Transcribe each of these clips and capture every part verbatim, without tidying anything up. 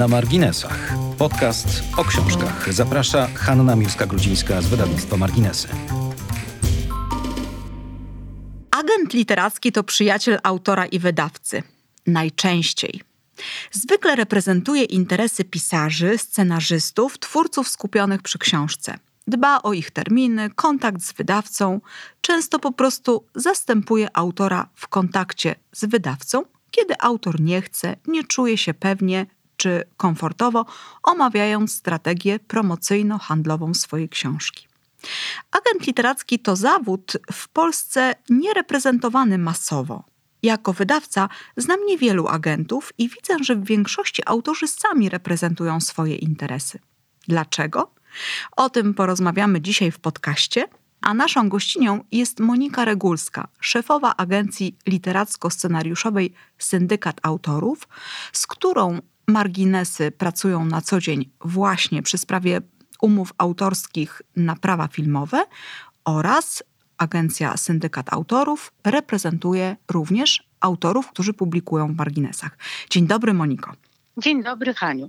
Na marginesach. Podcast o książkach. Zaprasza Hanna Miłska-Grudzińska z wydawnictwa Marginesy. Agent literacki to przyjaciel autora i wydawcy. Najczęściej. Zwykle reprezentuje interesy pisarzy, scenarzystów, twórców skupionych przy książce. Dba o ich terminy, kontakt z wydawcą, często po prostu zastępuje autora w kontakcie z wydawcą, kiedy autor nie chce, nie czuje się pewnie czy komfortowo, omawiając strategię promocyjno-handlową swojej książki. Agent literacki to zawód w Polsce niereprezentowany masowo. Jako wydawca znam niewielu agentów i widzę, że w większości autorzy sami reprezentują swoje interesy. Dlaczego? O tym porozmawiamy dzisiaj w podcaście, a naszą gościnią jest Monika Regulska, szefowa agencji literacko-scenariuszowej Syndykat Autorów, z którą marginesy pracują na co dzień właśnie przy sprawie umów autorskich na prawa filmowe, oraz agencja Syndykat Autorów reprezentuje również autorów, którzy publikują w marginesach. Dzień dobry, Moniko. Dzień dobry, Haniu.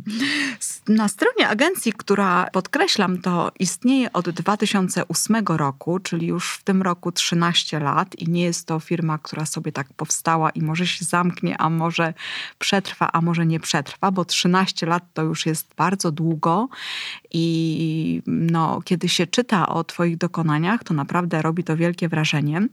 Na stronie agencji, która, podkreślam, to istnieje od dwa tysiące ósmego roku, czyli już w tym roku trzynaście lat i nie jest to firma, która sobie tak powstała i może się zamknie, a może przetrwa, a może nie przetrwa, bo trzynaście lat to już jest bardzo długo i no, kiedy się czyta o twoich dokonaniach, to naprawdę robi to wielkie wrażenie.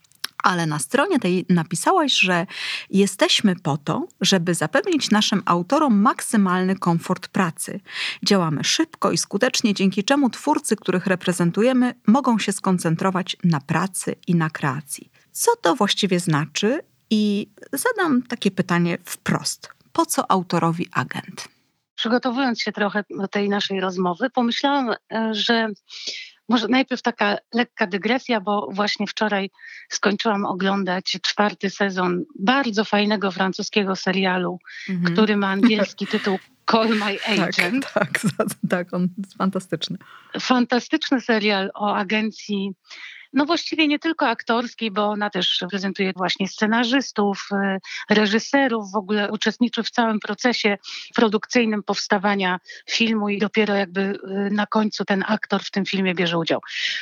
Ale na stronie tej napisałaś, że jesteśmy po to, żeby zapewnić naszym autorom maksymalny komfort pracy. Działamy szybko i skutecznie, dzięki czemu twórcy, których reprezentujemy, mogą się skoncentrować na pracy i na kreacji. Co to właściwie znaczy? I zadam takie pytanie wprost. Po co autorowi agent? Przygotowując się trochę do tej naszej rozmowy, pomyślałam, że może najpierw taka lekka dygresja, bo właśnie wczoraj skończyłam oglądać czwarty sezon bardzo fajnego francuskiego serialu, mhm. który ma angielski tytuł Call My Agent. Tak, tak, tak, on jest fantastyczny. Fantastyczny serial o agencji, no właściwie nie tylko aktorskiej, bo ona też prezentuje właśnie scenarzystów, reżyserów, w ogóle uczestniczy w całym procesie produkcyjnym powstawania filmu i dopiero jakby na końcu ten aktor w tym filmie bierze udział.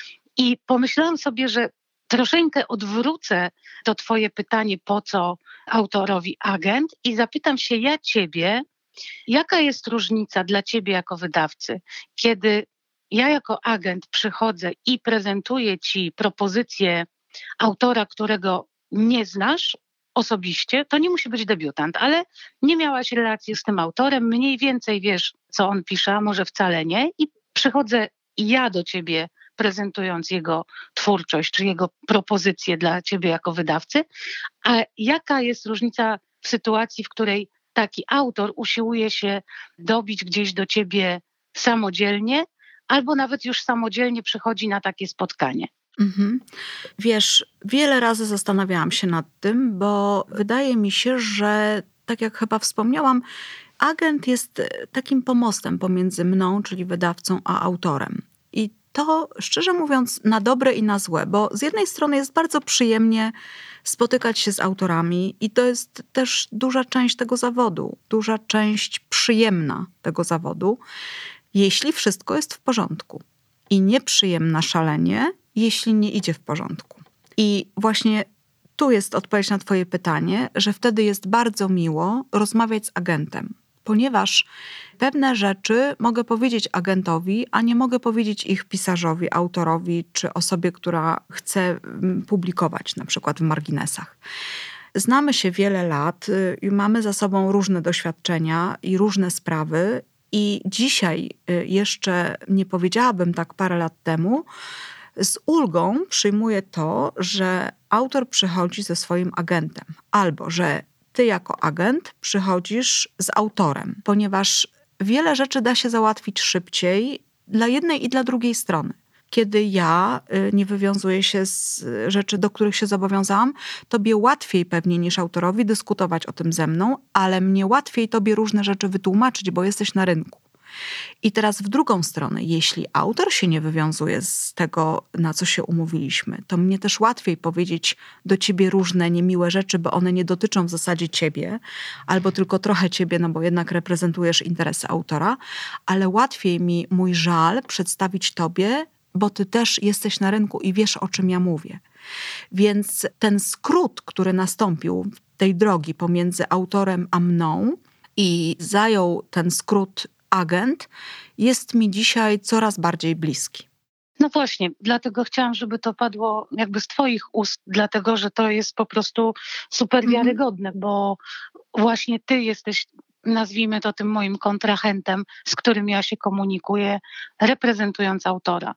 I pomyślałam sobie, że troszeczkę odwrócę to twoje pytanie, po co autorowi agent, i zapytam się ja ciebie, jaka jest różnica dla ciebie jako wydawcy, kiedy ja jako agent przychodzę i prezentuję ci propozycję autora, którego nie znasz osobiście, to nie musi być debiutant, ale nie miałaś relacji z tym autorem, mniej więcej wiesz, co on pisze, a może wcale nie, i przychodzę ja do ciebie prezentując jego twórczość, czy jego propozycję dla ciebie jako wydawcy. A jaka jest różnica w sytuacji, w której taki autor usiłuje się dobić gdzieś do ciebie samodzielnie, albo nawet już samodzielnie przychodzi na takie spotkanie? Mhm. Wiesz, wiele razy zastanawiałam się nad tym, bo wydaje mi się, że tak jak chyba wspomniałam, agent jest takim pomostem pomiędzy mną, czyli wydawcą, a autorem. I to, szczerze mówiąc, na dobre i na złe, bo z jednej strony jest bardzo przyjemnie spotykać się z autorami i to jest też duża część tego zawodu, duża część przyjemna tego zawodu, jeśli wszystko jest w porządku. I nieprzyjemna szalenie, jeśli nie idzie w porządku. I właśnie tu jest odpowiedź na twoje pytanie, że wtedy jest bardzo miło rozmawiać z agentem, ponieważ pewne rzeczy mogę powiedzieć agentowi, a nie mogę powiedzieć ich pisarzowi, autorowi czy osobie, która chce publikować na przykład w marginesach. Znamy się wiele lat i mamy za sobą różne doświadczenia i różne sprawy. I dzisiaj jeszcze nie powiedziałabym tak parę lat temu, z ulgą przyjmuję to, że autor przychodzi ze swoim agentem albo że ty jako agent przychodzisz z autorem, ponieważ wiele rzeczy da się załatwić szybciej dla jednej i dla drugiej strony. Kiedy ja nie wywiązuję się z rzeczy, do których się zobowiązałam, tobie łatwiej pewnie niż autorowi dyskutować o tym ze mną, ale mnie łatwiej tobie różne rzeczy wytłumaczyć, bo jesteś na rynku. I teraz w drugą stronę, jeśli autor się nie wywiązuje z tego, na co się umówiliśmy, to mnie też łatwiej powiedzieć do ciebie różne niemiłe rzeczy, bo one nie dotyczą w zasadzie ciebie, albo tylko trochę ciebie, no bo jednak reprezentujesz interesy autora, ale łatwiej mi mój żal przedstawić tobie, bo ty też jesteś na rynku i wiesz, o czym ja mówię. Więc ten skrót, który nastąpił tej drogi pomiędzy autorem a mną i zajął ten skrót agent, jest mi dzisiaj coraz bardziej bliski. No właśnie, dlatego chciałam, żeby to padło jakby z twoich ust, dlatego że to jest po prostu super wiarygodne, mm. bo właśnie ty jesteś, nazwijmy to, tym moim kontrahentem, z którym ja się komunikuję, reprezentując autora.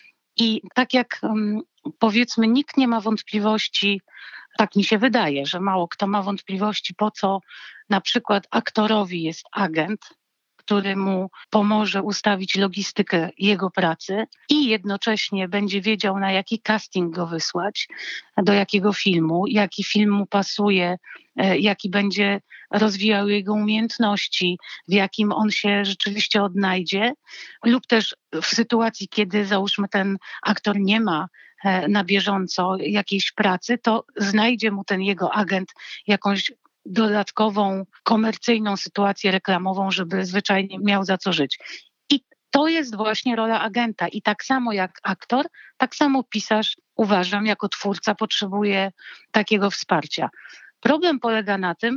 I tak jak powiedzmy nikt nie ma wątpliwości, tak mi się wydaje, że mało kto ma wątpliwości, po co na przykład aktorowi jest agent, który mu pomoże ustawić logistykę jego pracy i jednocześnie będzie wiedział, na jaki casting go wysłać, do jakiego filmu, jaki film mu pasuje, jaki będzie rozwijał jego umiejętności, w jakim on się rzeczywiście odnajdzie, lub też w sytuacji, kiedy załóżmy ten aktor nie ma na bieżąco jakiejś pracy, to znajdzie mu ten jego agent jakąś dodatkową, komercyjną sytuację reklamową, żeby zwyczajnie miał za co żyć. I to jest właśnie rola agenta. I tak samo jak aktor, tak samo pisarz, uważam, jako twórca potrzebuje takiego wsparcia. Problem polega na tym,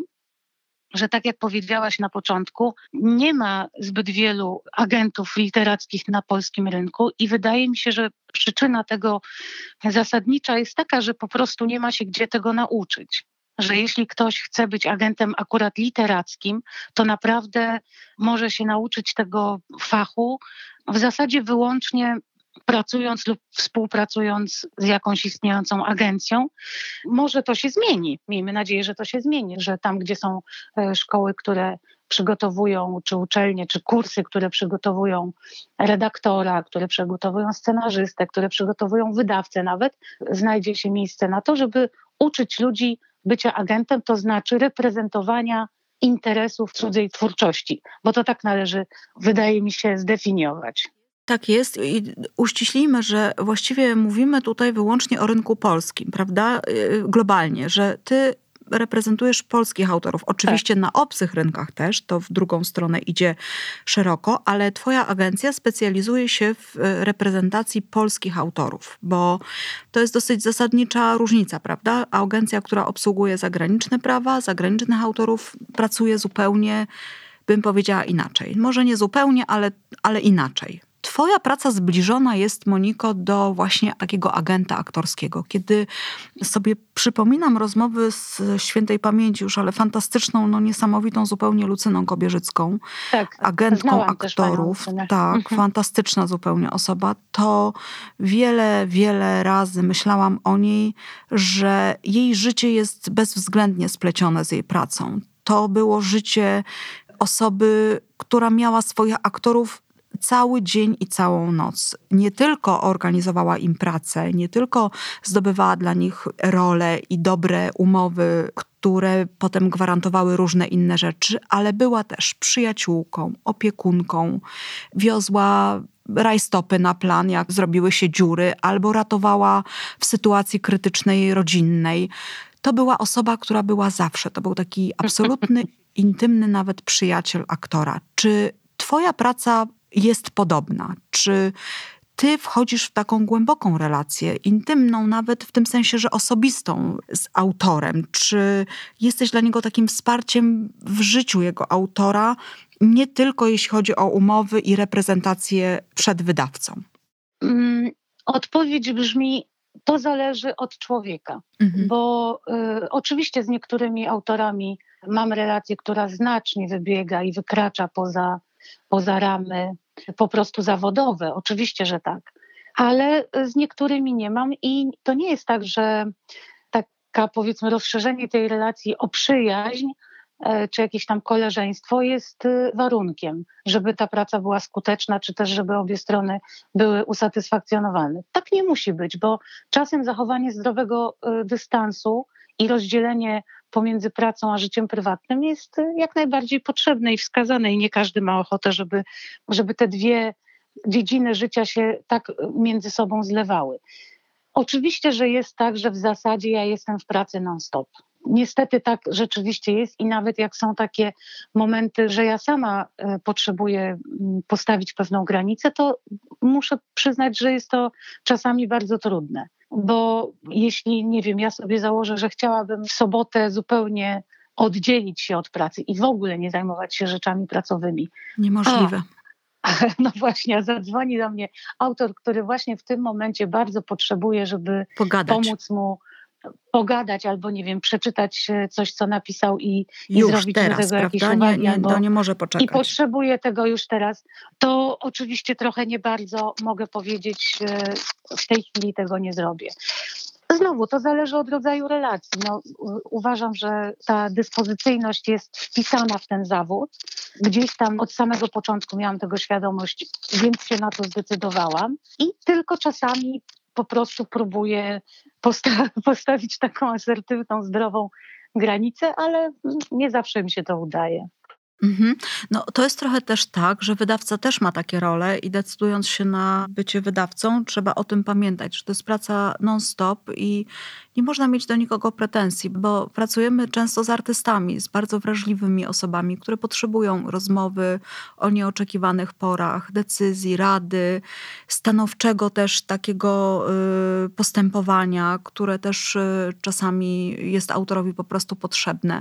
że tak jak powiedziałaś na początku, nie ma zbyt wielu agentów literackich na polskim rynku i wydaje mi się, że przyczyna tego zasadnicza jest taka, że po prostu nie ma się gdzie tego nauczyć. Że jeśli ktoś chce być agentem akurat literackim, to naprawdę może się nauczyć tego fachu w zasadzie wyłącznie pracując lub współpracując z jakąś istniejącą agencją. Może to się zmieni. Miejmy nadzieję, że to się zmieni, że tam, gdzie są szkoły, które przygotowują, czy uczelnie, czy kursy, które przygotowują redaktora, które przygotowują scenarzystę, które przygotowują wydawcę nawet, znajdzie się miejsce na to, żeby uczyć ludzi bycia agentem, to znaczy reprezentowania interesów cudzej twórczości, bo to tak należy, wydaje mi się, zdefiniować. Tak jest i uściślijmy, że właściwie mówimy tutaj wyłącznie o rynku polskim, prawda? Globalnie, że ty reprezentujesz polskich autorów. Oczywiście tak. Na obcych rynkach też, to w drugą stronę idzie szeroko, ale twoja agencja specjalizuje się w reprezentacji polskich autorów, bo to jest dosyć zasadnicza różnica, prawda? Agencja, która obsługuje zagraniczne prawa, zagranicznych autorów, pracuje zupełnie, bym powiedziała, inaczej. Może nie zupełnie, ale, ale inaczej. Twoja praca zbliżona jest, Moniko, do właśnie takiego agenta aktorskiego. Kiedy sobie przypominam rozmowy z świętej pamięci już, ale fantastyczną, no niesamowitą zupełnie Lucyną Kobierzycką, tak, agentką aktorów, tak, mhm. fantastyczna zupełnie osoba, to wiele, wiele razy myślałam o niej, że jej życie jest bezwzględnie splecione z jej pracą. To było życie osoby, która miała swoich aktorów cały dzień i całą noc. Nie tylko organizowała im pracę, nie tylko zdobywała dla nich role i dobre umowy, które potem gwarantowały różne inne rzeczy, ale była też przyjaciółką, opiekunką, wiozła rajstopy na plan, jak zrobiły się dziury, albo ratowała w sytuacji krytycznej rodzinnej. To była osoba, która była zawsze. To był taki absolutny, intymny nawet przyjaciel aktora. Czy twoja praca jest podobna? Czy ty wchodzisz w taką głęboką relację, intymną nawet w tym sensie, że osobistą z autorem? Czy jesteś dla niego takim wsparciem w życiu jego autora, nie tylko jeśli chodzi o umowy i reprezentację przed wydawcą? Mm, odpowiedź brzmi, to zależy od człowieka, mhm. bo y, oczywiście z niektórymi autorami mam relację, która znacznie wybiega i wykracza poza poza ramy po prostu zawodowe. Oczywiście, że tak. Ale z niektórymi nie mam i to nie jest tak, że taka powiedzmy rozszerzenie tej relacji o przyjaźń czy jakieś tam koleżeństwo jest warunkiem, żeby ta praca była skuteczna, czy też żeby obie strony były usatysfakcjonowane. Tak nie musi być, bo czasem zachowanie zdrowego dystansu i rozdzielenie pomiędzy pracą a życiem prywatnym jest jak najbardziej potrzebne i wskazane i nie każdy ma ochotę, żeby, żeby te dwie dziedziny życia się tak między sobą zlewały. Oczywiście, że jest tak, że w zasadzie ja jestem w pracy non-stop. Niestety tak rzeczywiście jest i nawet jak są takie momenty, że ja sama potrzebuję postawić pewną granicę, to muszę przyznać, że jest to czasami bardzo trudne. Bo jeśli, nie wiem, ja sobie założę, że chciałabym w sobotę zupełnie oddzielić się od pracy i w ogóle nie zajmować się rzeczami pracowymi. Niemożliwe. A, no właśnie, a zadzwoni do mnie autor, który właśnie w tym momencie bardzo potrzebuje, żeby Pogadać. pomóc mu pogadać albo, nie wiem, przeczytać coś, co napisał i, i już zrobić teraz, do tego jakieś prawda? uwagi. Nie, nie, albo, to nie może poczekać. I potrzebuje tego już teraz. To oczywiście trochę nie bardzo mogę powiedzieć, w tej chwili tego nie zrobię. Znowu, to zależy od rodzaju relacji. No, uważam, że ta dyspozycyjność jest wpisana w ten zawód. Gdzieś tam od samego początku miałam tego świadomość, więc się na to zdecydowałam. I tylko czasami po prostu próbuję posta- postawić taką asertywną, zdrową granicę, ale nie zawsze mi się to udaje. Mhm. No to jest trochę też tak, że wydawca też ma takie role i decydując się na bycie wydawcą, trzeba o tym pamiętać, że to jest praca non-stop i nie można mieć do nikogo pretensji, bo pracujemy często z artystami, z bardzo wrażliwymi osobami, które potrzebują rozmowy o nieoczekiwanych porach, decyzji, rady, stanowczego też takiego y, postępowania, które też y, czasami jest autorowi po prostu potrzebne.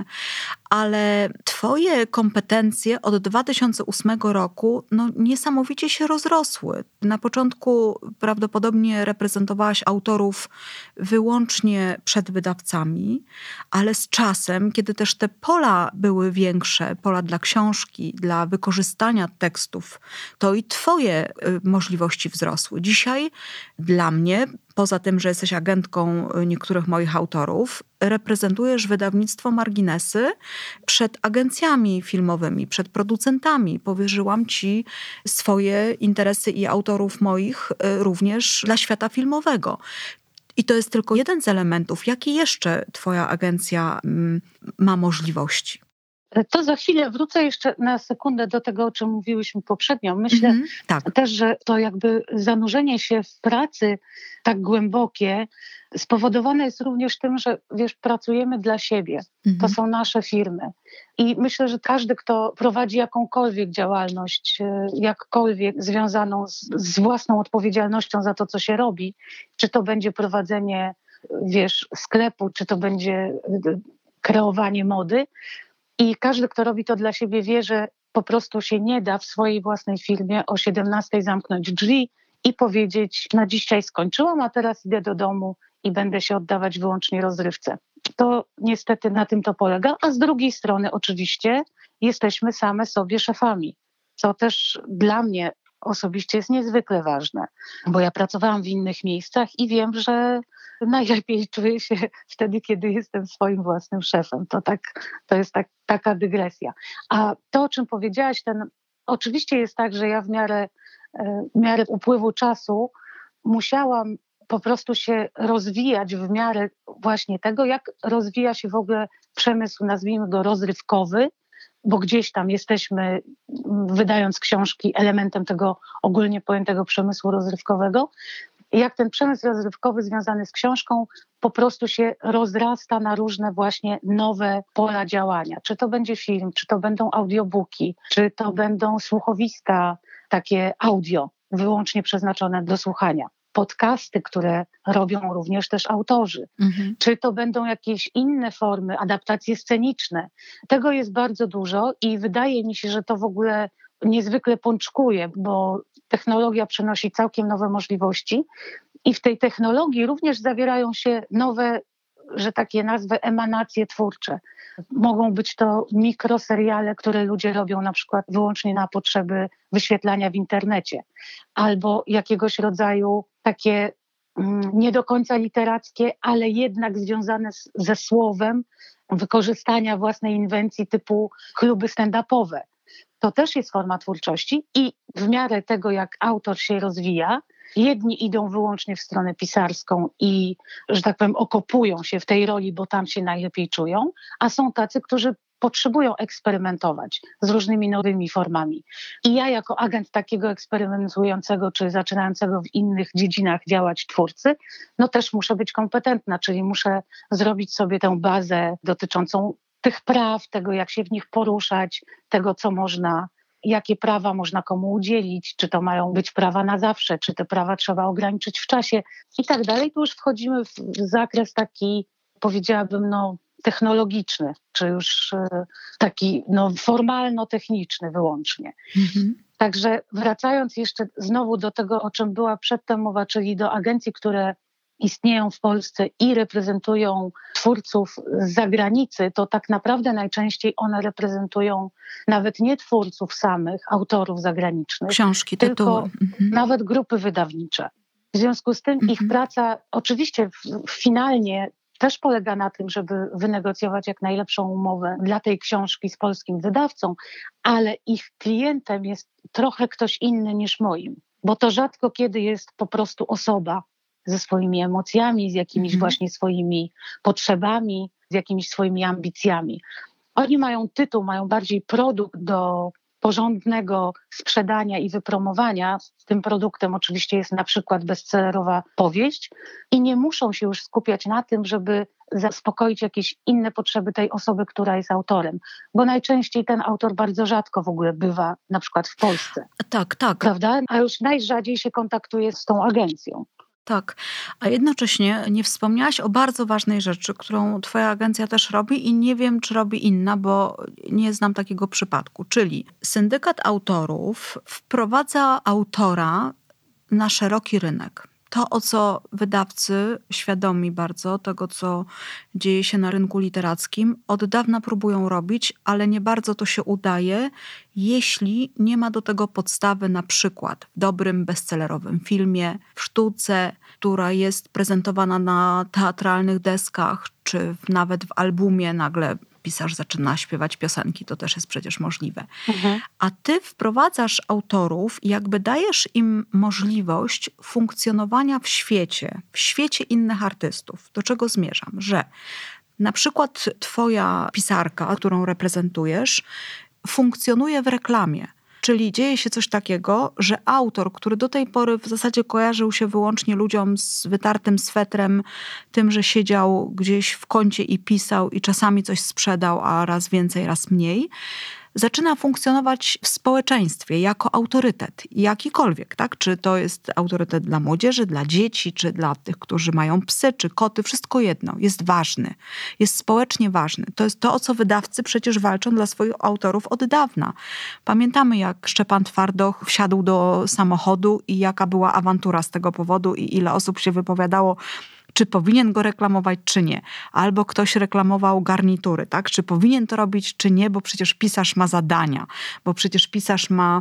Ale twoje kompetencje od dwa tysiące ósmego roku no, niesamowicie się rozrosły. Na początku prawdopodobnie reprezentowałaś autorów wyłącznie przed wydawcami, ale z czasem, kiedy też te pola były większe, pola dla książki, dla wykorzystania tekstów, to i twoje możliwości wzrosły. Dzisiaj dla mnie, poza tym, że jesteś agentką niektórych moich autorów, reprezentujesz wydawnictwo Marginesy przed agencjami filmowymi, przed producentami. Powierzyłam ci swoje interesy i autorów moich również dla świata filmowego. I to jest tylko jeden z elementów. Jakie jeszcze twoja agencja ma możliwości? To za chwilę wrócę jeszcze na sekundę do tego, o czym mówiłyśmy poprzednio. Myślę mm-hmm, tak. też, że to jakby zanurzenie się w pracy tak głębokie spowodowane jest również tym, że wiesz, pracujemy dla siebie. Mm-hmm. To są nasze firmy. I myślę, że każdy, kto prowadzi jakąkolwiek działalność, jakkolwiek związaną z, z własną odpowiedzialnością za to, co się robi, czy to będzie prowadzenie, wiesz, sklepu, czy to będzie kreowanie mody, i każdy, kto robi to dla siebie, wie, że po prostu się nie da w swojej własnej firmie o siedemnastej zamknąć drzwi i powiedzieć, na dzisiaj skończyłam, a teraz idę do domu i będę się oddawać wyłącznie rozrywce. To niestety na tym to polega, a z drugiej strony oczywiście jesteśmy same sobie szefami, co też dla mnie osobiście jest niezwykle ważne, bo ja pracowałam w innych miejscach i wiem, że najlepiej czuję się wtedy, kiedy jestem swoim własnym szefem. To, tak, to jest tak, taka dygresja. A to, o czym powiedziałaś, ten, oczywiście jest tak, że ja w miarę, w miarę upływu czasu musiałam po prostu się rozwijać w miarę właśnie tego, jak rozwija się w ogóle przemysł, nazwijmy go rozrywkowy, bo gdzieś tam jesteśmy, wydając książki, elementem tego ogólnie pojętego przemysłu rozrywkowego. Jak ten przemysł rozrywkowy związany z książką po prostu się rozrasta na różne właśnie nowe pola działania. Czy to będzie film, czy to będą audiobooki, czy to będą słuchowiska takie audio, wyłącznie przeznaczone do słuchania. Podcasty, które robią również też autorzy. Mhm. Czy to będą jakieś inne formy, adaptacje sceniczne. Tego jest bardzo dużo i wydaje mi się, że to w ogóle niezwykle pączkuje, bo technologia przynosi całkiem nowe możliwości i w tej technologii również zawierają się nowe, że takie nazwę, emanacje twórcze. Mogą być to mikroseriale, które ludzie robią na przykład wyłącznie na potrzeby wyświetlania w internecie, albo jakiegoś rodzaju takie mm, nie do końca literackie, ale jednak związane z, ze słowem, wykorzystania własnej inwencji typu kluby stand-upowe. To też jest forma twórczości i w miarę tego, jak autor się rozwija, jedni idą wyłącznie w stronę pisarską i, że tak powiem, okopują się w tej roli, bo tam się najlepiej czują, a są tacy, którzy potrzebują eksperymentować z różnymi nowymi formami. I ja jako agent takiego eksperymentującego czy zaczynającego w innych dziedzinach działać twórcy, no też muszę być kompetentna, czyli muszę zrobić sobie tę bazę dotyczącą tych praw, tego jak się w nich poruszać, tego co można, jakie prawa można komu udzielić, czy to mają być prawa na zawsze, czy te prawa trzeba ograniczyć w czasie i tak dalej. Tu już wchodzimy w zakres taki, powiedziałabym, no technologiczny, czy już taki no, formalno-techniczny wyłącznie. Mhm. Także wracając jeszcze znowu do tego, o czym była przedtem mowa, czyli do agencji, które istnieją w Polsce i reprezentują twórców z zagranicy, to tak naprawdę najczęściej one reprezentują nawet nie twórców samych, autorów zagranicznych, książki, tylko tytuły. Mhm. nawet grupy wydawnicze. W związku z tym mhm. ich praca oczywiście w, finalnie też polega na tym, żeby wynegocjować jak najlepszą umowę dla tej książki z polskim wydawcą, ale ich klientem jest trochę ktoś inny niż moim, bo to rzadko kiedy jest po prostu osoba ze swoimi emocjami, z jakimiś mhm. właśnie swoimi potrzebami, z jakimiś swoimi ambicjami. Oni mają tytuł, mają bardziej produkt do porządnego sprzedania i wypromowania. Tym produktem oczywiście jest na przykład bestsellerowa powieść i nie muszą się już skupiać na tym, żeby zaspokoić jakieś inne potrzeby tej osoby, która jest autorem. Bo najczęściej ten autor bardzo rzadko w ogóle bywa na przykład w Polsce. Tak, tak. Prawda? A już najrzadziej się kontaktuje z tą agencją. Tak, a jednocześnie nie wspomniałaś o bardzo ważnej rzeczy, którą twoja agencja też robi i nie wiem, czy robi inna, bo nie znam takiego przypadku. Czyli syndykat autorów wprowadza autora na szeroki rynek. To, o co wydawcy, świadomi bardzo tego, co dzieje się na rynku literackim, od dawna próbują robić, ale nie bardzo to się udaje, jeśli nie ma do tego podstawy na przykład w dobrym bestsellerowym filmie, w sztuce, która jest prezentowana na teatralnych deskach, czy nawet w albumie nagle pisarz zaczyna śpiewać piosenki, to też jest przecież możliwe. Mhm. A ty wprowadzasz autorów i jakby dajesz im możliwość funkcjonowania w świecie, w świecie innych artystów. Do czego zmierzam? Że na przykład twoja pisarka, którą reprezentujesz, funkcjonuje w reklamie. Czyli dzieje się coś takiego, że autor, który do tej pory w zasadzie kojarzył się wyłącznie ludziom z wytartym swetrem, tym, że siedział gdzieś w kącie i pisał i czasami coś sprzedał, a raz więcej, raz mniej, zaczyna funkcjonować w społeczeństwie jako autorytet, jakikolwiek, tak? Czy to jest autorytet dla młodzieży, dla dzieci, czy dla tych, którzy mają psy, czy koty, wszystko jedno. Jest ważny, jest społecznie ważny. To jest to, o co wydawcy przecież walczą dla swoich autorów od dawna. Pamiętamy, jak Szczepan Twardoch wsiadł do samochodu i jaka była awantura z tego powodu i ile osób się wypowiadało, czy powinien go reklamować, czy nie. Albo ktoś reklamował garnitury, tak? Czy powinien to robić, czy nie, bo przecież pisarz ma zadania, bo przecież pisarz ma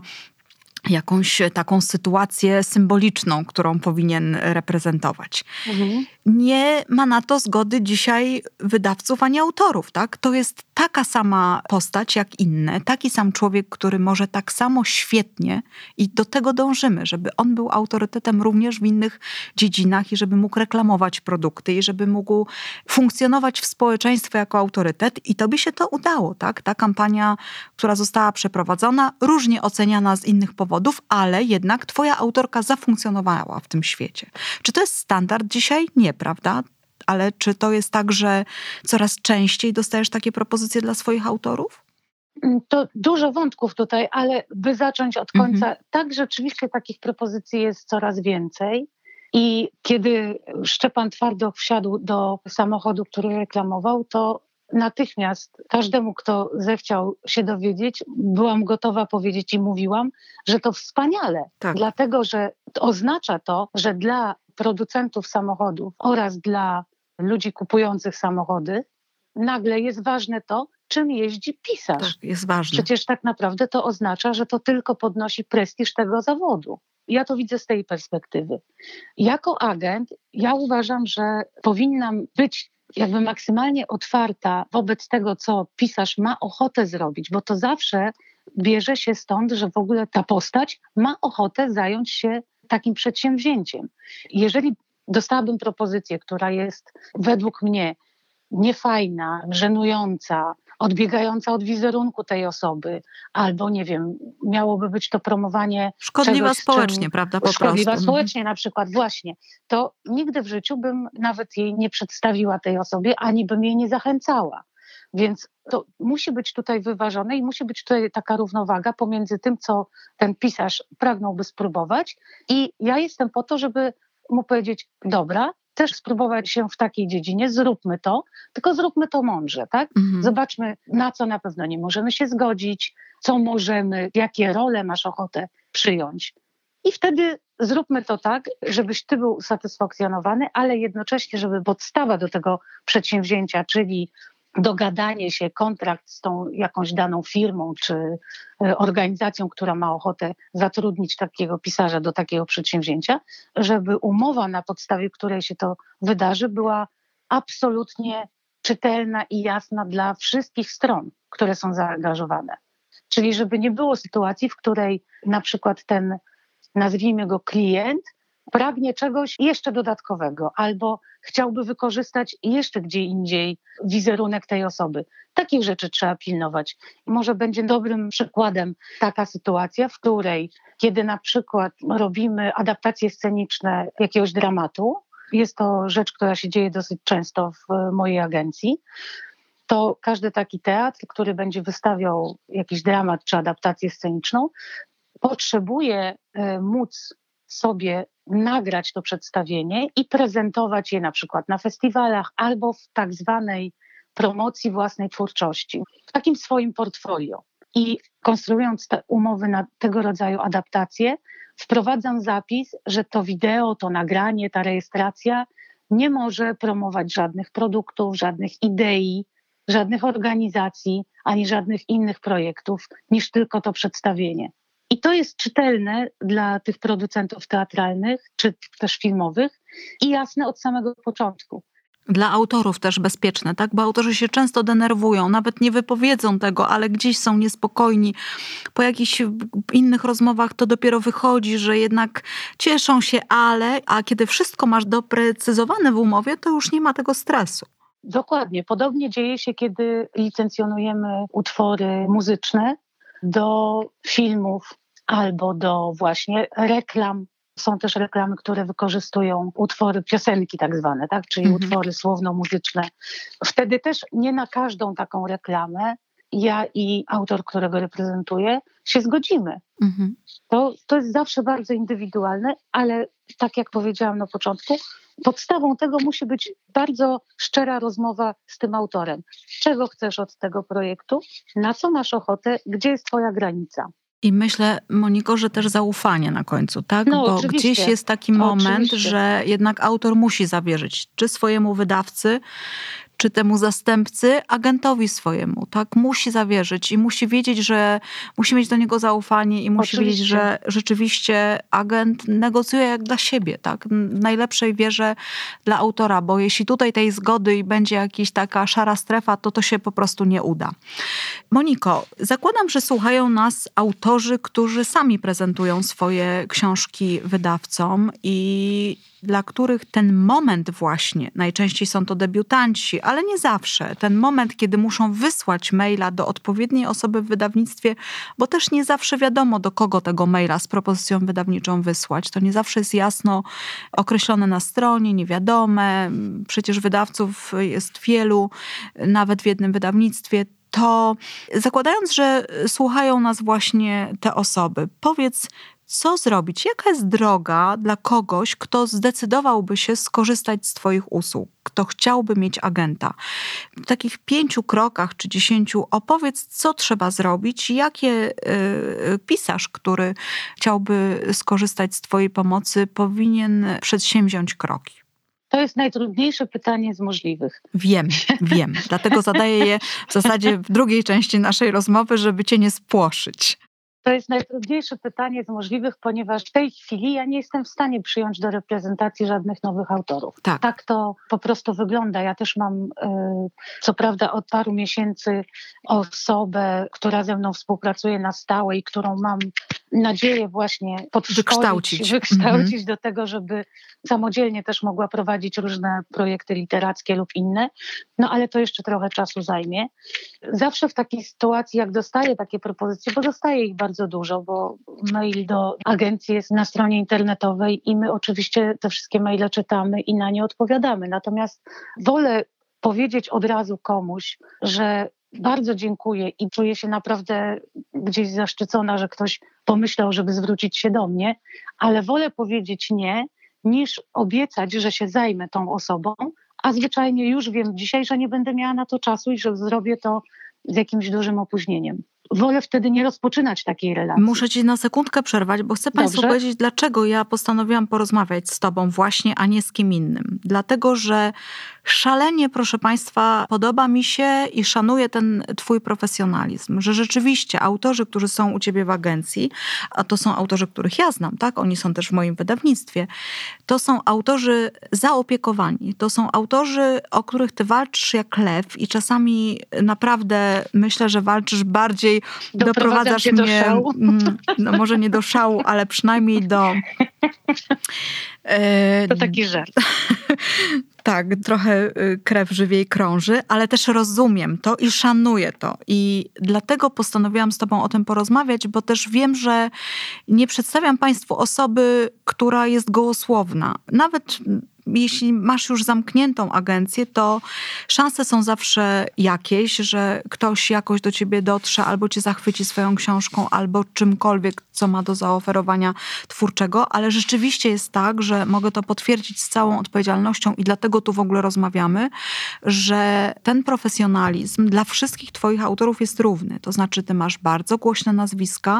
jakąś taką sytuację symboliczną, którą powinien reprezentować. Mhm. Nie ma na to zgody dzisiaj wydawców ani autorów, tak? To jest taka sama postać jak inne, taki sam człowiek, który może tak samo świetnie i do tego dążymy, żeby on był autorytetem również w innych dziedzinach i żeby mógł reklamować produkty i żeby mógł funkcjonować w społeczeństwie jako autorytet i to by się to udało, tak? Ta kampania, która została przeprowadzona, różnie oceniana z innych powodów, ale jednak twoja autorka zafunkcjonowała w tym świecie. Czy to jest standard dzisiaj? Nie, prawda? Ale czy to jest tak, że coraz częściej dostajesz takie propozycje dla swoich autorów? To dużo wątków tutaj, ale by zacząć od końca, mhm. tak, rzeczywiście takich propozycji jest coraz więcej. I kiedy Szczepan Twardoch wsiadł do samochodu, który reklamował, to natychmiast każdemu, kto zechciał się dowiedzieć, byłam gotowa powiedzieć i mówiłam, że to wspaniale. Tak. Dlatego, że oznacza to, że dla producentów samochodów oraz dla ludzi kupujących samochody nagle jest ważne to, czym jeździ pisarz. Tak, jest ważne. Przecież tak naprawdę to oznacza, że to tylko podnosi prestiż tego zawodu. Ja to widzę z tej perspektywy. Jako agent ja uważam, że powinnam być jakby maksymalnie otwarta wobec tego, co pisarz ma ochotę zrobić, bo to zawsze bierze się stąd, że w ogóle ta postać ma ochotę zająć się takim przedsięwzięciem. Jeżeli dostałabym propozycję, która jest według mnie niefajna, żenująca, odbiegająca od wizerunku tej osoby, albo nie wiem, miałoby być to promowanie szkodliwa czegoś, społecznie, czym, prawda? Po szkodliwa prostu. społecznie na przykład, właśnie. To nigdy w życiu bym nawet jej nie przedstawiła tej osobie, ani bym jej nie zachęcała. Więc to musi być tutaj wyważone i musi być tutaj taka równowaga pomiędzy tym, co ten pisarz pragnąłby spróbować, i ja jestem po to, żeby mu powiedzieć, dobra, też spróbować się w takiej dziedzinie, zróbmy to, tylko zróbmy to mądrze, tak? Mhm. Zobaczmy, na co na pewno nie możemy się zgodzić, co możemy, jakie role masz ochotę przyjąć. I wtedy zróbmy to tak, żebyś ty był usatysfakcjonowany, ale jednocześnie, żeby podstawa do tego przedsięwzięcia, czyli dogadanie się, kontrakt z tą jakąś daną firmą czy organizacją, która ma ochotę zatrudnić takiego pisarza do takiego przedsięwzięcia, żeby umowa, na podstawie której się to wydarzy, była absolutnie czytelna i jasna dla wszystkich stron, które są zaangażowane. Czyli żeby nie było sytuacji, w której na przykład ten, nazwijmy go klient, pragnie czegoś jeszcze dodatkowego albo chciałby wykorzystać jeszcze gdzie indziej wizerunek tej osoby. Takich rzeczy trzeba pilnować. Może będzie dobrym przykładem taka sytuacja, w której kiedy na przykład robimy adaptacje sceniczne jakiegoś dramatu, jest to rzecz, która się dzieje dosyć często w mojej agencji, to każdy taki teatr, który będzie wystawiał jakiś dramat czy adaptację sceniczną, potrzebuje móc sobie nagrać to przedstawienie i prezentować je na przykład na festiwalach albo w tak zwanej promocji własnej twórczości, w takim swoim portfolio. I konstruując te umowy na tego rodzaju adaptacje, wprowadzam zapis, że to wideo, to nagranie, ta rejestracja nie może promować żadnych produktów, żadnych idei, żadnych organizacji, ani żadnych innych projektów niż tylko to przedstawienie. I to jest czytelne dla tych producentów teatralnych, czy też filmowych i jasne od samego początku. Dla autorów też bezpieczne, tak? Bo autorzy się często denerwują, nawet nie wypowiedzą tego, ale gdzieś są niespokojni. Po jakichś innych rozmowach to dopiero wychodzi, że jednak cieszą się, ale, a kiedy wszystko masz doprecyzowane w umowie, to już nie ma tego stresu. Dokładnie. Podobnie dzieje się, kiedy licencjonujemy utwory muzyczne do filmów albo do właśnie reklam. Są też reklamy, które wykorzystują utwory, piosenki tak zwane, tak? Czyli mhm. utwory słowno-muzyczne. Wtedy też nie na każdą taką reklamę ja i autor, którego reprezentuję, się zgodzimy. Mhm. To, to jest zawsze bardzo indywidualne, ale tak jak powiedziałam na początku, podstawą tego musi być bardzo szczera rozmowa z tym autorem. Czego chcesz od tego projektu? Na co masz ochotę? Gdzie jest twoja granica? I myślę, Moniko, że też zaufanie na końcu, tak? No, bo oczywiście. Gdzieś jest taki moment, Oczywiście. że jednak autor musi zawierzyć czy swojemu wydawcy, czy temu zastępcy, agentowi swojemu, tak? Musi zawierzyć i musi wiedzieć, że musi mieć do niego zaufanie i musi Oczywiście. wiedzieć, że rzeczywiście agent negocjuje jak dla siebie, tak? W najlepszej wierze dla autora, bo jeśli tutaj tej zgody i będzie jakaś taka szara strefa, to to się po prostu nie uda. Moniko, zakładam, że słuchają nas autorzy, którzy sami prezentują swoje książki wydawcom i dla których ten moment właśnie, najczęściej są to debiutanci, ale nie zawsze, ten moment, kiedy muszą wysłać maila do odpowiedniej osoby w wydawnictwie, bo też nie zawsze wiadomo, do kogo tego maila z propozycją wydawniczą wysłać. To nie zawsze jest jasno określone na stronie, niewiadome. Przecież wydawców jest wielu, nawet w jednym wydawnictwie. To zakładając, że słuchają nas właśnie te osoby, powiedz, co zrobić? Jaka jest droga dla kogoś, kto zdecydowałby się skorzystać z twoich usług, kto chciałby mieć agenta? W takich pięciu krokach czy dziesięciu opowiedz, co trzeba zrobić, jakie yy, pisarz, który chciałby skorzystać z twojej pomocy, powinien przedsięwziąć kroki. To jest najtrudniejsze pytanie z możliwych. Wiem, wiem. Dlatego zadaję je w zasadzie w drugiej części naszej rozmowy, żeby cię nie spłoszyć. To jest najtrudniejsze pytanie z możliwych, ponieważ w tej chwili ja nie jestem w stanie przyjąć do reprezentacji żadnych nowych autorów. Tak, tak to po prostu wygląda. Ja też mam, y, co prawda od paru miesięcy osobę, która ze mną współpracuje na stałe i którą mam nadzieję właśnie podszkolić, wykształcić, wykształcić mhm. do tego, żeby samodzielnie też mogła prowadzić różne projekty literackie lub inne, no ale to jeszcze trochę czasu zajmie. Zawsze w takiej sytuacji, jak dostaję takie propozycje, bo dostaję ich bardzo dużo, bo mail do agencji jest na stronie internetowej i my oczywiście te wszystkie maile czytamy i na nie odpowiadamy. Natomiast wolę powiedzieć od razu komuś, że bardzo dziękuję i czuję się naprawdę gdzieś zaszczycona, że ktoś pomyślał, żeby zwrócić się do mnie, ale wolę powiedzieć nie, niż obiecać, że się zajmę tą osobą, a zwyczajnie już wiem dzisiaj, że nie będę miała na to czasu i że zrobię to z jakimś dużym opóźnieniem. Wolę wtedy nie rozpoczynać takiej relacji. Muszę ci na sekundkę przerwać, bo chcę Państwu Dobrze? powiedzieć, dlaczego ja postanowiłam porozmawiać z tobą właśnie, a nie z kim innym. Dlatego, że szalenie, proszę Państwa, podoba mi się i szanuję ten twój profesjonalizm, że rzeczywiście autorzy, którzy są u ciebie w agencji, a to są autorzy, których ja znam, tak? Oni są też w moim wydawnictwie, to są autorzy zaopiekowani. To są autorzy, o których ty walczysz jak lew i czasami naprawdę myślę, że walczysz bardziej, doprowadzasz cię do mnie, szału. no może nie do szału, ale przynajmniej do... To taki żart. Tak, trochę krew żywiej krąży, ale też rozumiem to i szanuję to. I dlatego postanowiłam z tobą o tym porozmawiać, bo też wiem, że nie przedstawiam Państwu osoby, która jest gołosłowna. Nawet jeśli masz już zamkniętą agencję, to szanse są zawsze jakieś, że ktoś jakoś do ciebie dotrze albo cię zachwyci swoją książką, albo czymkolwiek, co ma do zaoferowania twórczego, ale rzeczywiście jest tak, że mogę to potwierdzić z całą odpowiedzialnością i dlatego tu w ogóle rozmawiamy, że ten profesjonalizm dla wszystkich twoich autorów jest równy. To znaczy ty masz bardzo głośne nazwiska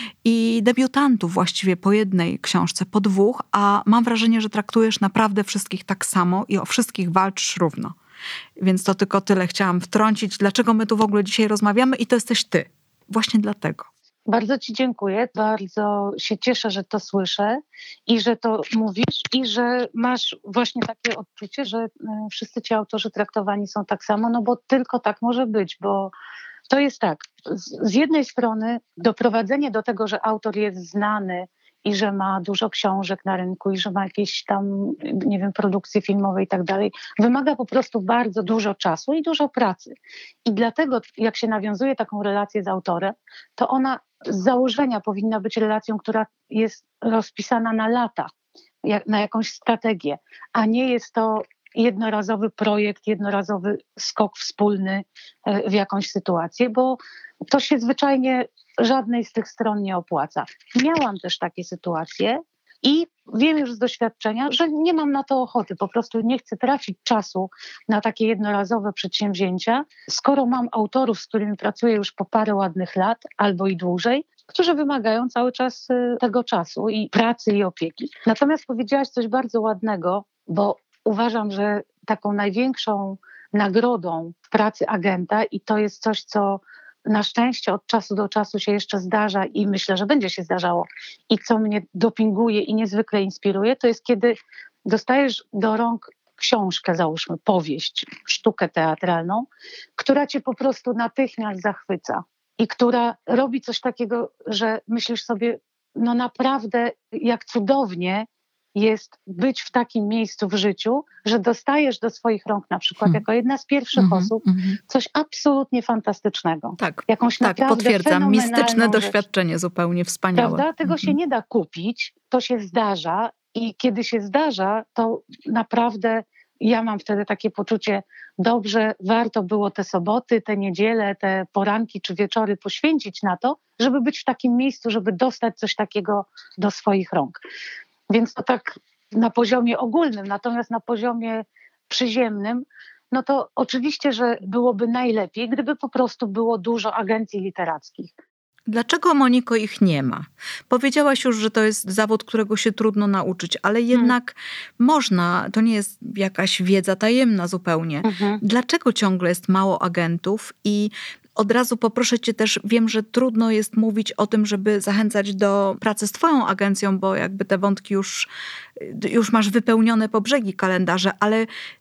i debiutantów właściwie po jednej książce, po dwóch, a mam wrażenie, że traktujesz naprawdę wszystkich tak samo i o wszystkich walczysz równo. Więc to tylko tyle chciałam wtrącić. Dlaczego my tu w ogóle dzisiaj rozmawiamy i to jesteś ty. Właśnie dlatego. Bardzo ci dziękuję. Bardzo się cieszę, że to słyszę i że to mówisz i że masz właśnie takie odczucie, że wszyscy ci autorzy traktowani są tak samo, no bo tylko tak może być, bo to jest tak. Z jednej strony doprowadzenie do tego, że autor jest znany i że ma dużo książek na rynku i że ma jakieś tam, nie wiem, produkcje filmowe i tak dalej, wymaga po prostu bardzo dużo czasu i dużo pracy. I dlatego, jak się nawiązuje taką relację z autorem, to ona z założenia powinna być relacją, która jest rozpisana na lata, jak, na jakąś strategię, a nie jest to jednorazowy projekt, jednorazowy skok wspólny w jakąś sytuację, bo to się zwyczajnie żadnej z tych stron nie opłaca. Miałam też takie sytuacje i wiem już z doświadczenia, że nie mam na to ochoty. Po prostu nie chcę tracić czasu na takie jednorazowe przedsięwzięcia, skoro mam autorów, z którymi pracuję już po parę ładnych lat albo i dłużej, którzy wymagają cały czas tego czasu i pracy i opieki. Natomiast powiedziałaś coś bardzo ładnego, bo uważam, że taką największą nagrodą w pracy agenta i to jest coś, co na szczęście od czasu do czasu się jeszcze zdarza i myślę, że będzie się zdarzało i co mnie dopinguje i niezwykle inspiruje, to jest kiedy dostajesz do rąk książkę, załóżmy powieść, sztukę teatralną, która cię po prostu natychmiast zachwyca i która robi coś takiego, że myślisz sobie, no naprawdę jak cudownie jest być w takim miejscu w życiu, że dostajesz do swoich rąk na przykład hmm. jako jedna z pierwszych mm-hmm, osób mm-hmm. coś absolutnie fantastycznego. Tak, Jakąś tak naprawdę potwierdzam. Mistyczne rzecz. doświadczenie zupełnie wspaniałe. Prawda? Tego mm-hmm. się nie da kupić, to się zdarza i kiedy się zdarza, to naprawdę ja mam wtedy takie poczucie, dobrze, warto było te soboty, te niedziele, te poranki czy wieczory poświęcić na to, żeby być w takim miejscu, żeby dostać coś takiego do swoich rąk. Więc to tak na poziomie ogólnym, natomiast na poziomie przyziemnym, no to oczywiście, że byłoby najlepiej, gdyby po prostu było dużo agencji literackich. Dlaczego, Moniko, ich nie ma? Powiedziałaś już, że to jest zawód, którego się trudno nauczyć, ale jednak hmm. można, to nie jest jakaś wiedza tajemna zupełnie. Mhm. Dlaczego ciągle jest mało agentów? I od razu poproszę cię też, wiem, że trudno jest mówić o tym, żeby zachęcać do pracy z twoją agencją, bo jakby te wątki już, już masz wypełnione po brzegi kalendarze, ale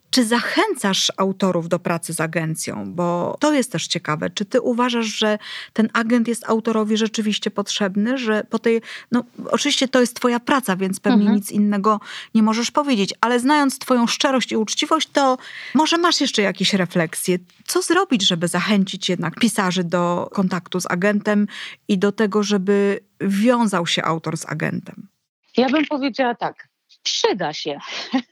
Czy zachęcasz autorów do pracy z agencją? Bo to jest też ciekawe. Czy ty uważasz, że ten agent jest autorowi rzeczywiście potrzebny? Że po tej, no oczywiście to jest twoja praca, więc pewnie Mhm. nic innego nie możesz powiedzieć, ale znając twoją szczerość i uczciwość, to może masz jeszcze jakieś refleksje. Co zrobić, żeby zachęcić jednak pisarzy do kontaktu z agentem i do tego, żeby wiązał się autor z agentem? Ja bym powiedziała tak, przyda się.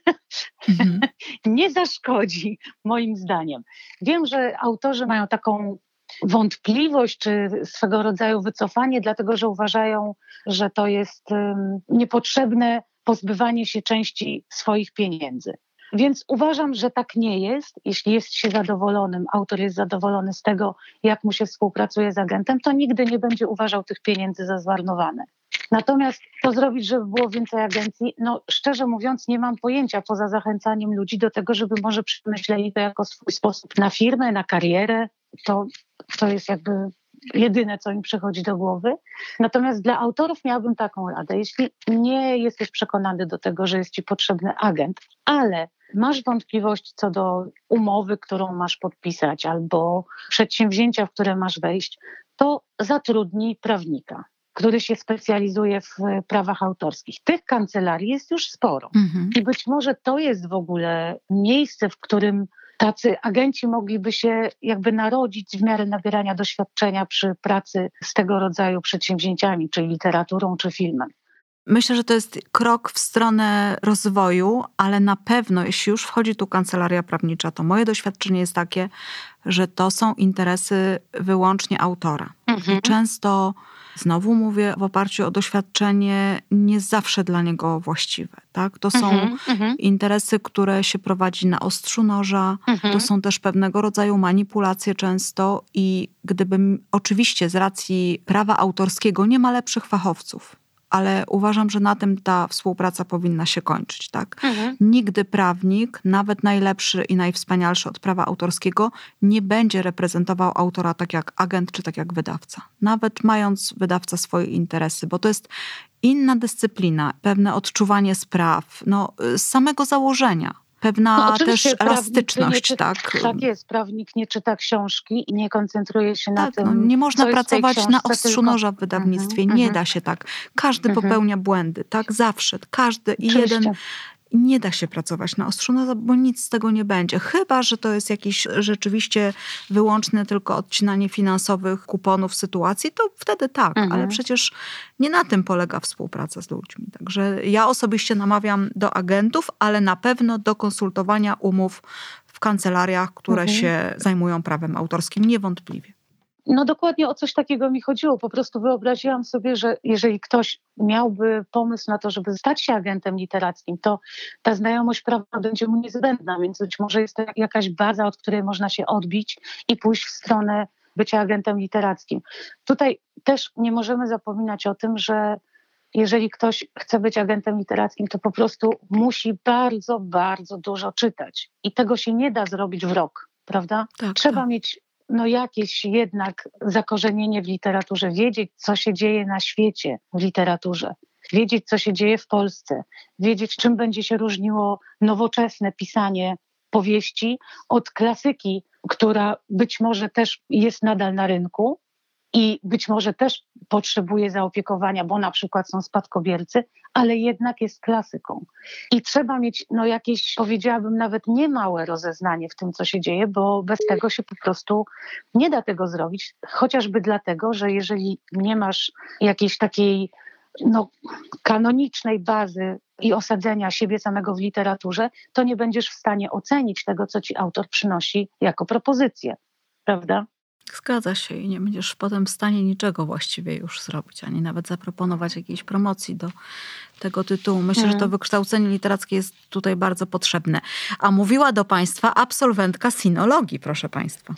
Mhm. Nie zaszkodzi, moim zdaniem. Wiem, że autorzy mają taką wątpliwość czy swego rodzaju wycofanie, dlatego że uważają, że to jest um, niepotrzebne pozbywanie się części swoich pieniędzy. Więc uważam, że tak nie jest. Jeśli jest się zadowolonym, autor jest zadowolony z tego, jak mu się współpracuje z agentem, to nigdy nie będzie uważał tych pieniędzy za zmarnowane. Natomiast to zrobić, żeby było więcej agencji, no szczerze mówiąc nie mam pojęcia poza zachęcaniem ludzi do tego, żeby może przemyśleli to jako swój sposób na firmę, na karierę. To, to jest jakby jedyne, co mi przychodzi do głowy. Natomiast dla autorów miałabym taką radę. Jeśli nie jesteś przekonany do tego, że jest ci potrzebny agent, ale masz wątpliwości co do umowy, którą masz podpisać albo przedsięwzięcia, w które masz wejść, to zatrudnij prawnika, który się specjalizuje w prawach autorskich. Tych kancelarii jest już sporo. Mhm. I być może to jest w ogóle miejsce, w którym tacy agenci mogliby się jakby narodzić w miarę nabierania doświadczenia przy pracy z tego rodzaju przedsięwzięciami, czy literaturą, czy filmem. Myślę, że to jest krok w stronę rozwoju, ale na pewno, jeśli już wchodzi tu kancelaria prawnicza, to moje doświadczenie jest takie, że to są interesy wyłącznie autora. Mhm. I często, znowu mówię w oparciu o doświadczenie, nie zawsze dla niego właściwe. Tak? To są Mhm, mhm. interesy, które się prowadzi na ostrzu noża. Mhm. To są też pewnego rodzaju manipulacje często i gdybym oczywiście z racji prawa autorskiego nie ma lepszych fachowców, ale uważam, że na tym ta współpraca powinna się kończyć. Tak? Mhm. Nigdy prawnik, nawet najlepszy i najwspanialszy od prawa autorskiego, nie będzie reprezentował autora tak jak agent czy tak jak wydawca. Nawet mając wydawca swoje interesy, bo to jest inna dyscyplina, pewne odczuwanie spraw, no, z samego założenia. Pewna No, też oczywiście prawnik nie elastyczność, czyta, tak? Tak jest, prawnik nie czyta książki i nie koncentruje się na Tak, tym, no, nie można co jest w tej pracować na książce, ostrzu tylko- noża w wydawnictwie. Mhm, Nie mhm. da się tak. Każdy Mhm. popełnia błędy, tak? Zawsze. Każdy i Oczywiście. jeden. Nie da się pracować na ostrzu noża, bo nic z tego nie będzie. Chyba że to jest jakieś rzeczywiście wyłączne tylko odcinanie finansowych kuponów sytuacji, to wtedy tak. Mhm. Ale przecież nie na tym polega współpraca z ludźmi. Także ja osobiście namawiam do agentów, ale na pewno do konsultowania umów w kancelariach, które Mhm. się zajmują prawem autorskim. Niewątpliwie. No dokładnie o coś takiego mi chodziło. Po prostu wyobraziłam sobie, że jeżeli ktoś miałby pomysł na to, żeby stać się agentem literackim, to ta znajomość prawa będzie mu niezbędna, więc być może jest to jakaś baza, od której można się odbić i pójść w stronę bycia agentem literackim. Tutaj też nie możemy zapominać o tym, że jeżeli ktoś chce być agentem literackim, to po prostu musi bardzo, bardzo dużo czytać. I tego się nie da zrobić w rok, prawda? Tak, Trzeba tak. mieć no jakieś jednak zakorzenienie w literaturze, wiedzieć, co się dzieje na świecie w literaturze, wiedzieć, co się dzieje w Polsce, wiedzieć, czym będzie się różniło nowoczesne pisanie powieści od klasyki, która być może też jest nadal na rynku i być może też potrzebuje zaopiekowania, bo na przykład są spadkobiercy, ale jednak jest klasyką. I trzeba mieć no jakieś, powiedziałabym, nawet niemałe rozeznanie w tym, co się dzieje, bo bez tego się po prostu nie da tego zrobić. Chociażby dlatego, że jeżeli nie masz jakiejś takiej no, kanonicznej bazy i osadzenia siebie samego w literaturze, to nie będziesz w stanie ocenić tego, co ci autor przynosi jako propozycję, prawda? Zgadza się i nie będziesz potem w stanie niczego właściwie już zrobić, ani nawet zaproponować jakiejś promocji do tego tytułu. Myślę, Mhm. że to wykształcenie literackie jest tutaj bardzo potrzebne. A mówiła do Państwa absolwentka sinologii, proszę Państwa.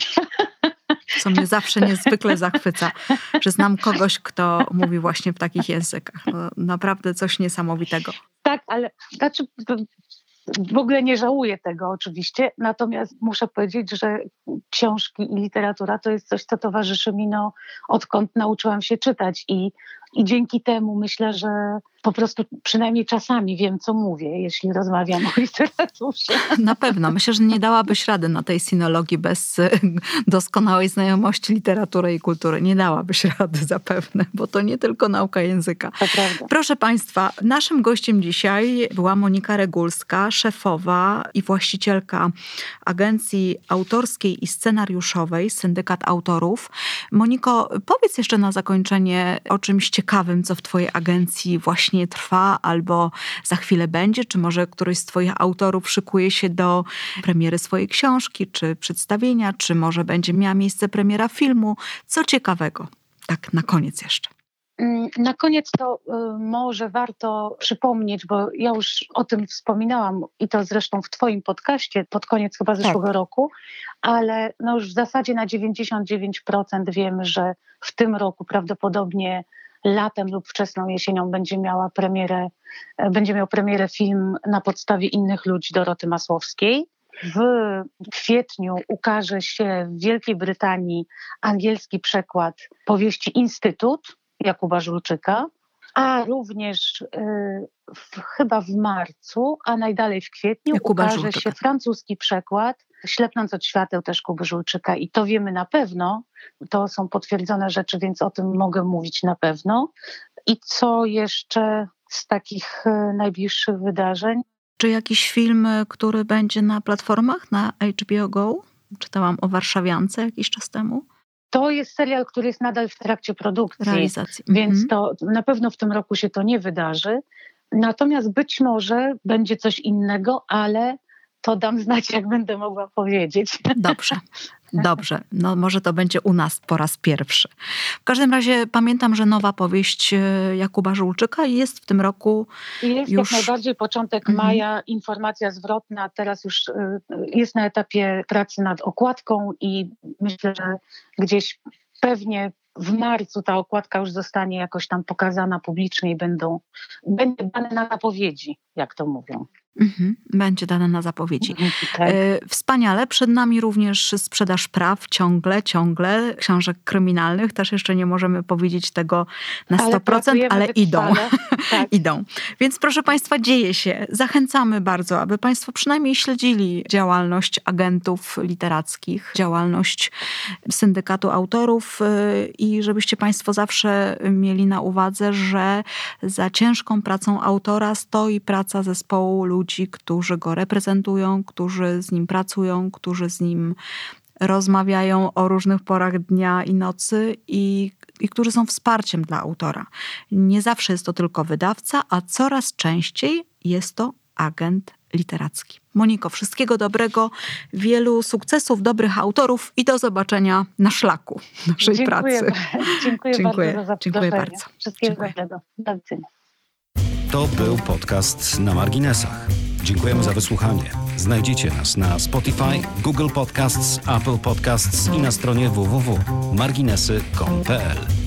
Co mnie zawsze niezwykle zachwyca, że znam kogoś, kto mówi właśnie w takich językach. No, naprawdę coś niesamowitego. Tak, ale znaczy w ogóle nie żałuję tego oczywiście, natomiast muszę powiedzieć, że książki i literatura to jest coś, co towarzyszy mi no, odkąd nauczyłam się czytać i I dzięki temu myślę, że po prostu przynajmniej czasami wiem, co mówię, jeśli rozmawiam o literaturze. Na pewno. Myślę, że nie dałabyś rady na tej sinologii bez doskonałej znajomości literatury i kultury. Nie dałabyś rady zapewne, bo to nie tylko nauka języka. To prawda. Proszę Państwa, naszym gościem dzisiaj była Monika Regulska, szefowa i właścicielka agencji autorskiej i scenariuszowej Syndykat Autorów. Moniko, powiedz jeszcze na zakończenie o czymś ciekawym, co w Twojej agencji właśnie trwa albo za chwilę będzie, czy może któryś z Twoich autorów szykuje się do premiery swojej książki, czy przedstawienia, czy może będzie miała miejsce premiera filmu. Co ciekawego? Tak, na koniec jeszcze. Na koniec to y, może warto przypomnieć, bo ja już o tym wspominałam i to zresztą w Twoim podcaście pod koniec chyba zeszłego tak. roku, ale no już w zasadzie na dziewięćdziesiąt dziewięć procent wiemy, że w tym roku prawdopodobnie latem lub wczesną jesienią będzie miała premierę, będzie miał premierę film na podstawie Innych ludzi Doroty Masłowskiej. W kwietniu ukaże się w Wielkiej Brytanii angielski przekład powieści Instytut Jakuba Żulczyka, a również y, w, chyba w marcu, a najdalej w kwietniu Jakuba ukaże Żulczyka. się francuski przekład Ślepnąc od świateł też Kuby Żulczyka i to wiemy na pewno, to są potwierdzone rzeczy, więc o tym mogę mówić na pewno. I co jeszcze z takich y, najbliższych wydarzeń? Czy jakiś film, który będzie na platformach, na H B O Go? Czytałam o Warszawiance jakiś czas temu. To jest serial, który jest nadal w trakcie produkcji, realizacji. Więc mhm. to na pewno w tym roku się to nie wydarzy. Natomiast być może będzie coś innego, ale to dam znać, jak będę mogła powiedzieć. Dobrze. Dobrze, no może to będzie u nas po raz pierwszy. W każdym razie pamiętam, że nowa powieść Jakuba Żulczyka jest w tym roku Jest już... jak najbardziej początek mhm. maja, informacja zwrotna, teraz już jest na etapie pracy nad okładką i myślę, że gdzieś pewnie w marcu ta okładka już zostanie jakoś tam pokazana publicznie i będą, będzie dane na zapowiedzi, jak to mówią. Mhm, będzie dane na zapowiedzi. Tak. E, wspaniale. Przed nami również sprzedaż praw ciągle, ciągle. Książek kryminalnych. Też jeszcze nie możemy powiedzieć tego na ale sto procent, ale idą. Tak. idą. Więc proszę Państwa, dzieje się. Zachęcamy bardzo, aby Państwo przynajmniej śledzili działalność agentów literackich, działalność Syndykatu Autorów i żebyście Państwo zawsze mieli na uwadze, że za ciężką pracą autora stoi praca zespołu ludzi, ludzi, którzy go reprezentują, którzy z nim pracują, którzy z nim rozmawiają o różnych porach dnia i nocy i, i którzy są wsparciem dla autora. Nie zawsze jest to tylko wydawca, a coraz częściej jest to agent literacki. Moniko, wszystkiego dobrego, wielu sukcesów, dobrych autorów i do zobaczenia na szlaku naszej Dziękuję, pracy. Dziękuję, Dziękuję bardzo za Dziękuję bardzo. Wszystkiego Dziękuję. dobrego. Do widzenia. To był podcast Na Marginesach. Dziękujemy za wysłuchanie. Znajdziecie nas na Spotify, Google Podcasts, Apple Podcasts i na stronie w w w kropka marginesy kropka com kropka p l.